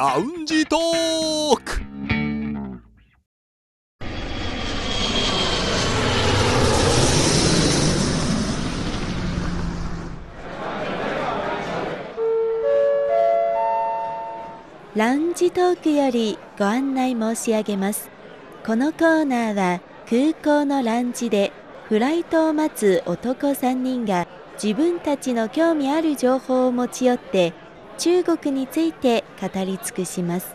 ラウンジトーク。 ラウンジトークよりご案内申し上げます。このコーナーは空港のラウンジでフライトを待つ男3人が自分たちの興味ある情報を持ち寄って中国について語り尽くします。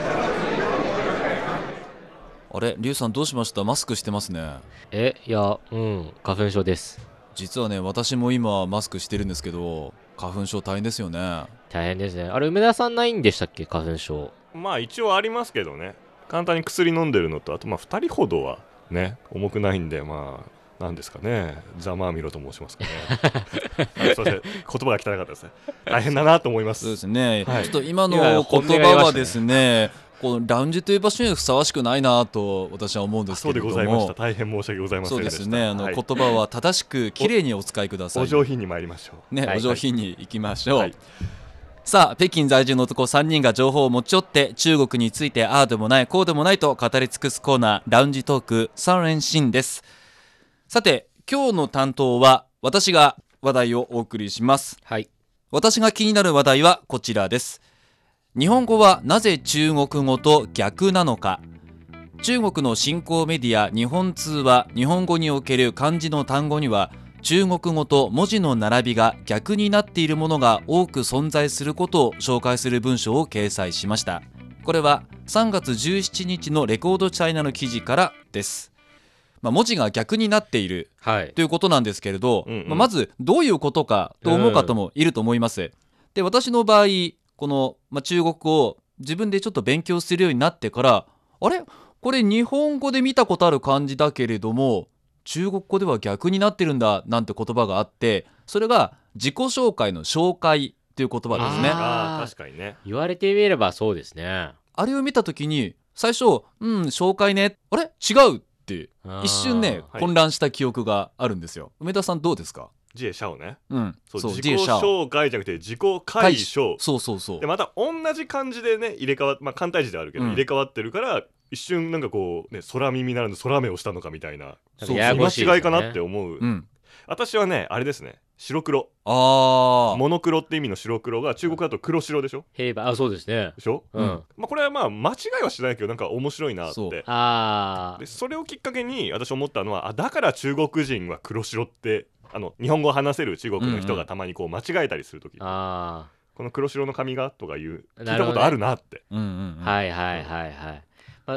あれ、リュウさんどうしました？マスクしてますね。 いや、花粉症です。 実はね、私も今マスクしてるんですけど、花粉症大変ですよね。 大変ですね。あれ、梅田さんないんでしたっけ、花粉症。 まあ一応ありますけどね。簡単に薬飲んでるのと、あとまあ2人ほどはね、重くないんで、まあなんですかね、ざまあみろと申しますかね。すいません、言葉が汚かったですね。大変だなと思います。 そうですね、 はい、 ちょっと今の言葉はですね、このラウンジという場所にはふさわしくないなと私は思うんですけれども。 そうでございました。大変申し訳ございませんでした。 そうですね、はい、言葉は正しくきれいにお使いください。 お上品に参りましょうね、 はい、 お上品に行きましょう、 はい。 さあ、北京在住の男3人が情報を持ち寄って中国についてああでもないこうでもないと語り尽くすコーナー、ラウンジトーク3連新です。さて、今日の担当は私が話題をお送りします。 はい。 私が気になる話題はこちらです。日本語はなぜ中国語と逆なのか。中国の新興メディア日本通は日本語における漢字の単語には中国語と文字の並びが逆になっているものが多く存在することを紹介する文章を掲載しました。これは3月17日のレコードチャイナの記事からです。文字が逆になっている、 はい、 ということなんですけれど、まずどういうことかと思う方もいると思います。で、私の場合この、中国語を自分でちょっと勉強するようになってから、あれこれ日本語で見たことある漢字だけれども中国語では逆になってるんだなんて言葉があって、それが自己紹介の紹介という言葉ですね。 確かにね、 言われてみればそうですね。 あれを見た時に最初紹介ね、あれ違うって一瞬ね、混乱した記憶があるんですよ。梅田さんどうですか？ 自衛シャオね、 そう自己紹介じゃなくて自己解消。 そうでまた同じ漢字でね入れ替わって、簡体字であるけど、入れ替わってるから一瞬なんかこうね、空耳ならぬ空目をしたのかみたいな、 ややこしいですね、 間違いかなって思う、私はねあれですね、白黒、モノクロって意味の白黒が中国だと黒白でしょ。 そうですね。 でしょ、これは間違いはしないけどなんか面白いなって。でそれをきっかけに私思ったのは、だから中国人は黒白って日本語を話せる中国の人がたまにこう間違えたりするとき、この黒白の髪がとか聞いたことあるなって。 はいはいはいはい。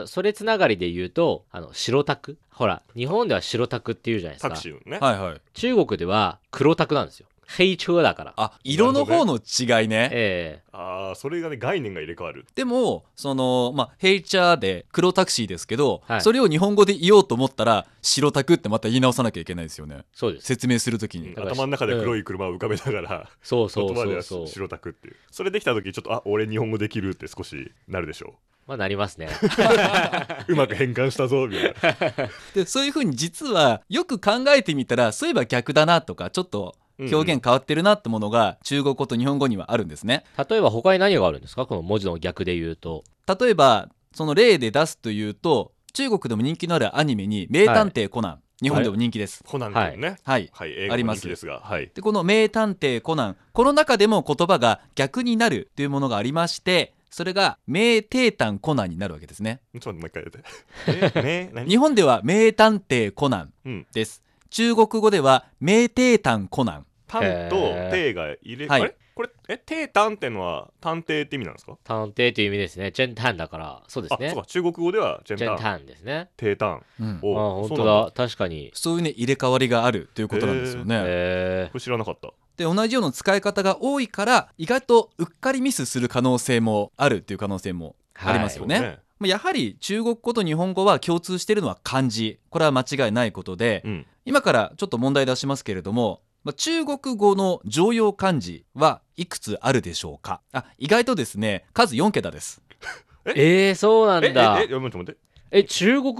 それつながりで言うと白タク、ほら日本では白タクって言うじゃないですか、 タクシーね。 中国では黒タクなんですよ。黑車だから。 色の方の違いね。 それがね、概念が入れ替わる。 でもそのヘイチャーで黒タクシーですけど、それを日本語で言おうと思ったら白タクってまた言い直さなきゃいけないですよね。 そうです。 説明するときに、 頭の中で黒い車を浮かべながら、言葉では白タクっていう。それできた時ちょっと俺日本語できるって少しなるでしょう。 なりますね。 うまく変換したぞみたいな。 でそういう風に実はよく考えてみたら、そういえば逆だなとかちょっと表現変わってるなってものが中国語と日本語にはあるんですね。 例えば他に何があるんですか、この文字の逆で言うと。 例えばその例で出すというと、中国でも人気のあるアニメに名探偵コナン、日本でも人気です。 コナン君ね、 映画も人気ですが、 でこの名探偵コナン、この中でも言葉が逆になるというものがありまして、それが名偵探コナンになるわけですね。 ちょっともう一回言って日本では名探偵コナンです、中国語では名偵探コナン。 探と偵が入れ、あれこれ偵探ってのは探偵って意味なんですか？ 探偵という意味ですね。偵探だからそうですね。 そうか、中国語では偵探ですね。 偵探。 本当だ、確かにそういうね、入れ替わりがあるということなんですよね。 これ知らなかった。 で同じような使い方が多いから意外とうっかりミスする可能性もあるっていう可能性もありますよね。やはり中国語と日本語は共通しているのは漢字、これは間違いないことで、今からちょっと問題出しますけれども、中国語の常用漢字はいくつあるでしょうか？意外とですね、数4桁です。 そうなんだ。 待って。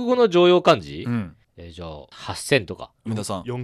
中国語の常用漢字？じゃあ8000とか。 梅田さん 4000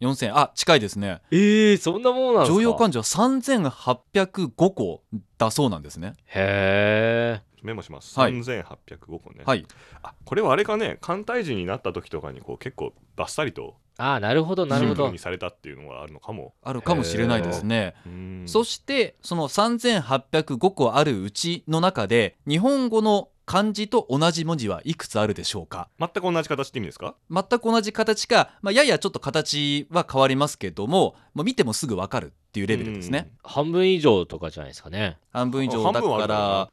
4000、あ、近いですね。 そんなものなんですか。 常用漢字は3805個だそうなんですね。 へえ。 メモします。 はい 3805個ね。 はい。 あ、これはあれかね、簡体字になった時とかにこう結構バッサリとなるほどなるほど。 シンプルにされたっていうのがあるのかも。 あるかもしれないですね。そしてその3805個あるうちの中で日本語の漢字と同じ文字はいくつあるでしょうか。 全く同じ形って意味ですか。 全く同じ形か、ややちょっと形は変わりますけども、見てもすぐ分かるっていうレベルですね。 半分以上とかじゃないですかね。 半分以上だから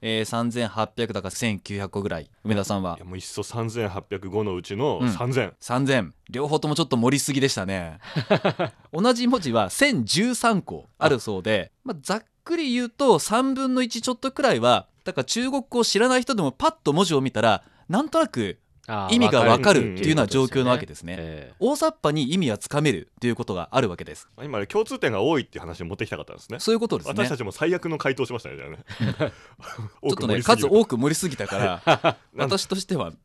、3800だから1900個ぐらい。梅田さんは。 いやもういっそ3805のうちの3000、 3000両方ともちょっと盛りすぎでしたね。同じ文字は1013個あるそうで、ざっくり言うと3分の1ちょっとくらいは、だから中国語を知らない人でもパッと文字を見たらなんとなく意味が分かるっていうような状況なわけですね。大雑把に意味はつかめるということがあるわけです。 今共通点が多いっていう話を持ってきたかったんですね。 そういうことですね。 私たちも最悪の回答しましたね。じゃあねちょっとね、数多く盛りすぎたから私としては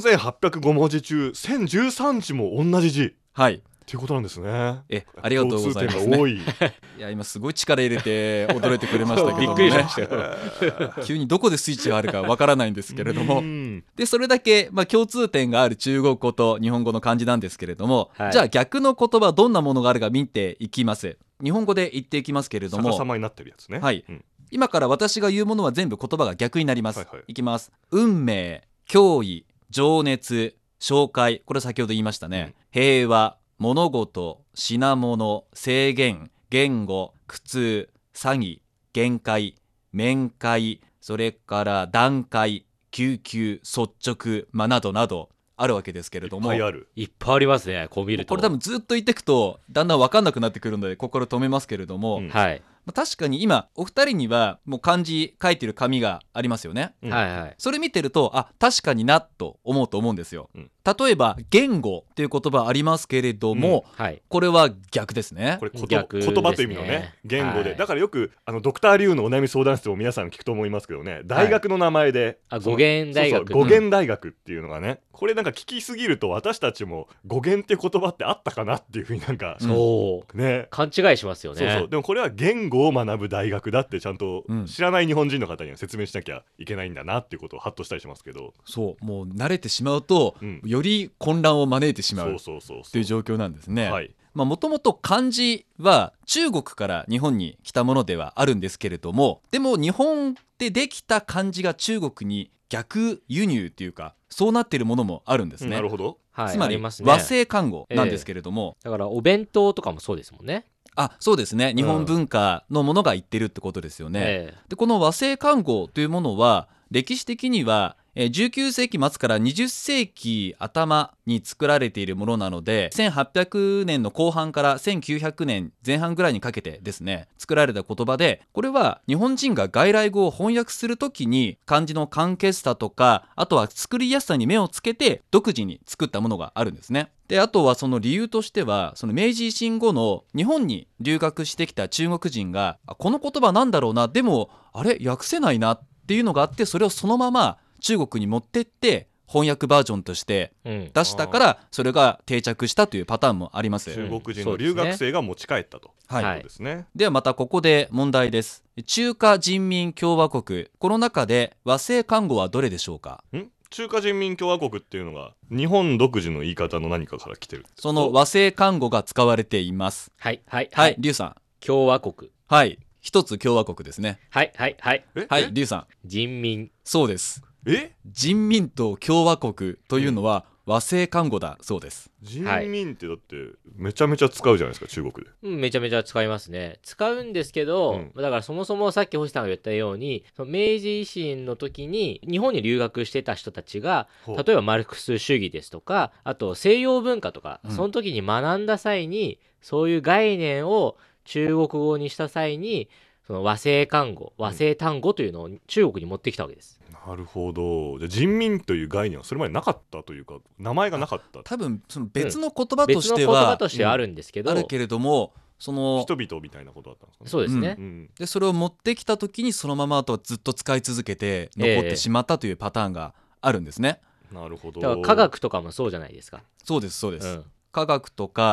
3805文字中1013字も同じ字、 はいっていうことなんですね。 ありがとうございますね。いや今すごい力入れて驚いてくれましたけどもね。びっくりしましたよ。急にどこでスイッチがあるかわからないんですけれども、でそれだけ共通点がある中国語と日本語の漢字なんですけれども、じゃあ逆の言葉どんなものがあるか見ていきます。日本語で言っていきますけれども、 逆さまになってるやつね。 はい、今から私が言うものは全部言葉が逆になります。いきます。運命、脅威、情熱、紹介、これ先ほど言いましたね。平和、物事、品物、制限、言語、苦痛、詐欺、限界、面会、それから段階、救急、率直、などなどあるわけですけれども、 いっぱいありますね。こう見るとこれ多分ずっと言っていくとだんだん分かんなくなってくるので心止めますけれども、確かに今お二人にはもう漢字書いてる紙がありますよね。それ見てると確かになと思うと思うんですよ。例えば言語っていう言葉ありますけれども、これは逆ですね。 これ言葉という意味のね、言語で、だからよくドクターリュウのお悩み相談室を皆さん聞くと思いますけどね、大学の名前で語源大学、 語源大学っていうのがね、これなんか聞きすぎると私たちも語源っていう言葉ってあったかなっていうふうになんかね、勘違いしますよね。 でもこれは言語を学ぶ大学だってちゃんと知らない日本人の方には説明しなきゃいけないんだなっていうことをハッとしたりしますけど、 そうもう慣れてしまうと、より混乱を招いてしまうという状況なんですね。もともと漢字は中国から日本に来たものではあるんですけれども、でも日本でできた漢字が中国に逆輸入というかそうなっているものもあるんですね。 なるほど。 つまり和製漢語なんですけれども、 だからお弁当とかもそうですもんね。 そうですね。日本文化のものが言ってるってことですよね。でこの和製漢語というものは歴史的には19世紀末から20世紀頭に作られているものなので、1800年の後半から1900年前半ぐらいにかけてですね作られた言葉で、これは日本人が外来語を翻訳するときに漢字の簡潔さとか、あとは作りやすさに目をつけて独自に作ったものがあるんですね。であとはその理由としては、その明治維新後の日本に留学してきた中国人がこの言葉なんだろうな、でもあれ訳せないなっていうのがあって、それをそのまま中国に持ってって翻訳バージョンとして出したから、それが定着したというパターンもあります。 中国人の留学生が持ち帰ったと。 ではまたここで問題です。中華人民共和国、この中で和製漢語はどれでしょうか。 中華人民共和国っていうのが日本独自の言い方の何かから来てる。 その和製漢語が使われています。 はい、 リュウさん。 共和国。 一つ共和国ですね。 はい、 リュウさん。 人民。 そうです。人民と共和国というのは和製漢語だそうです。 人民ってだってめちゃめちゃ使うじゃないですか、中国で。 めちゃめちゃ使いますね。使うんですけど、だからそもそもさっき星さんが言ったように、明治維新の時に日本に留学してた人たちが、例えばマルクス主義ですとか、あと西洋文化とか、その時に学んだ際にそういう概念を中国語にした際に、その和製漢語、和製単語というのを中国に持ってきたわけです。 なるほど。じゃあ人民という概念はそれまでなかったというか、名前がなかった。 多分その別の言葉としては、 別の言葉としてはあるんですけど、 あるけれども、その人々みたいなことだったんですかね。 そうですね。 でそれを持ってきた時にそのままとずっと使い続けて残ってしまったというパターンがあるんですね。 なるほど。 だから科学とかもそうじゃないですか。 そうです。科学とか、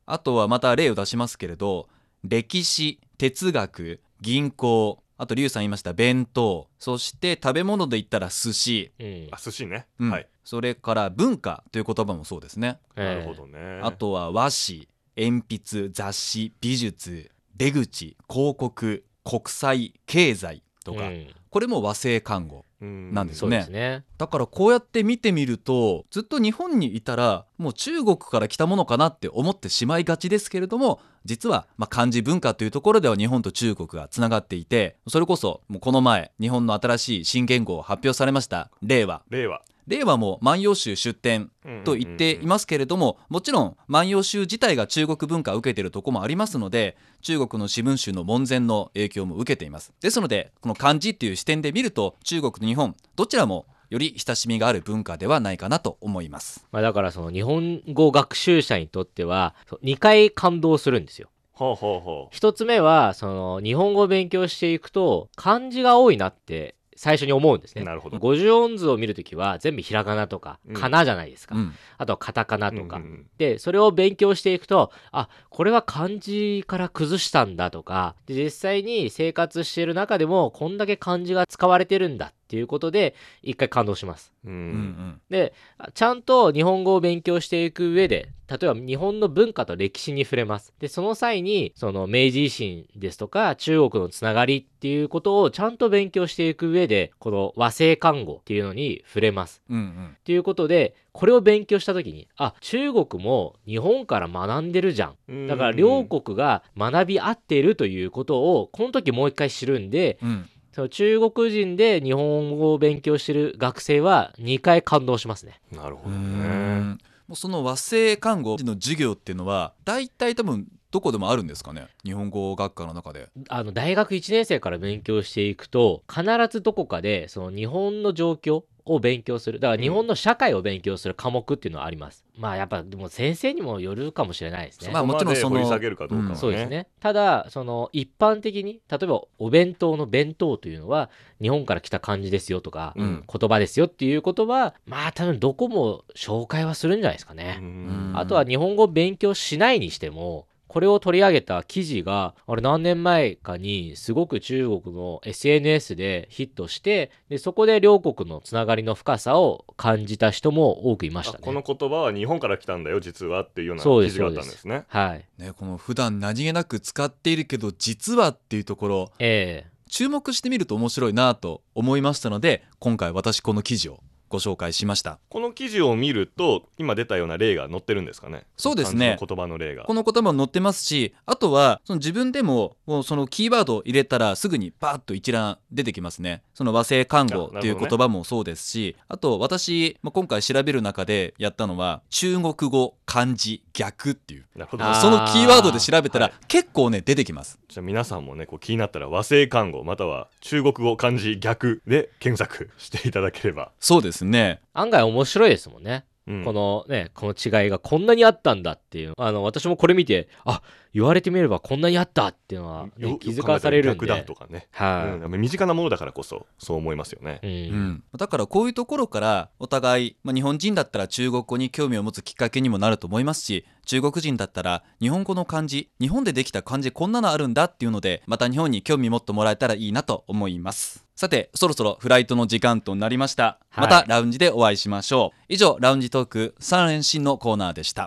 あとはまた例を出しますけれど、歴史、哲学、銀行、あとリュウさん言いました弁当、そして食べ物で言ったら寿司、 寿司ね、 はい、それから文化という言葉もそうですね。 なるほどね。 あとは和紙、鉛筆、雑誌、美術、出口、広告、国際、経済とか、これも和製看護なんですね。 そうですね。 だからこうやって見てみると、ずっと日本にいたらもう中国から来たものかなって思ってしまいがちですけれども、実は漢字文化というところでは日本と中国がつながっていて、それこそもうこの前日本の新しい新元号を発表されました令和も万葉集出典と言っていますけれども、もちろん万葉集自体が中国文化を受けているところもありますので、中国の詩文集の門前の影響も受けています。ですのでこの漢字っていう視点で見ると、中国と日本どちらもより親しみがある文化ではないかなと思います。 だからその日本語学習者にとっては2回感動するんですよ。一つ目はその日本語を勉強していくと漢字が多いなって最初に思うんですね。 なるほど。 50音図を見るときは全部ひらがなとかかなじゃないですか、あとはカタカナとか、でそれを勉強していくと、これは漢字から崩したんだとか、で実際に生活している中でもこんだけ漢字が使われてるんだっていうことで一回感動します。でちゃんと日本語を勉強していく上で、例えば日本の文化と歴史に触れます。でその際にその明治維新ですとか中国のつながりっていうことをちゃんと勉強していく上で、この和製看護っていうのに触れます。っていうことで、これを勉強した時に中国も日本から学んでるじゃん。だから両国が学び合っているということをこの時もう一回知るんで、その中国人で日本語を勉強してる学生は2回感動しますね。 なるほどね。 もうその和製看護の授業っていうのは大体多分どこでもあるんですかね、日本語学科の中で。 大学1年生から勉強していくと必ずどこかでその日本の状況を勉強する、だから日本の社会を勉強する科目っていうのはあります。やっぱでも先生にもよるかもしれないですね。 もちろんその掘り下げるかどうかはね、 そうですね。ただその一般的に例えばお弁当の弁当というのは日本から来た漢字ですよとか、言葉ですよっていうことは多分どこも紹介はするんじゃないですかね。あとは日本語を勉強しないにしても、これを取り上げた記事が何年前かにすごく中国の SNS でヒットして、でそこで両国のつながりの深さを感じた人も多くいましたね。 この言葉は日本から来たんだよ実はっていうような記事があったんですね。 この普段何気なく使っているけど実はっていうところ、注目してみると面白いなと思いましたので、今回私この記事をご紹介しました。 この記事を見ると今出たような例が載ってるんですかね。 そうですね、 漢字の言葉の例が、 この言葉も載ってますし、あとはその自分でもそのキーワードを入れたらすぐにパーッと一覧出てきますね。その和製看護っていう言葉もそうですし、あと私今回調べる中でやったのは中国語漢字逆っていう、そのキーワードで調べたら結構ね出てきます。 じゃあ皆さんもね気になったら和製看護または中国語漢字逆で検索していただければ。 そうですね、 案外面白いですもんね。この違いがこんなにあったんだっていう、私もこれ見て言われてみればこんなにあったっていうのは、気づかされるんで、 逆だとかね、身近なものだからこそそう思いますよね。 だからこういうところからお互い、日本人だったら中国語に興味を持つきっかけにもなると思いますし、中国人だったら日本語の漢字、日本でできた漢字こんなのあるんだっていうので、また日本に興味持ってもらえたらいいなと思います。さてそろそろフライトの時間となりました。またラウンジでお会いしましょう。以上ラウンジトーク3連新のコーナーでした。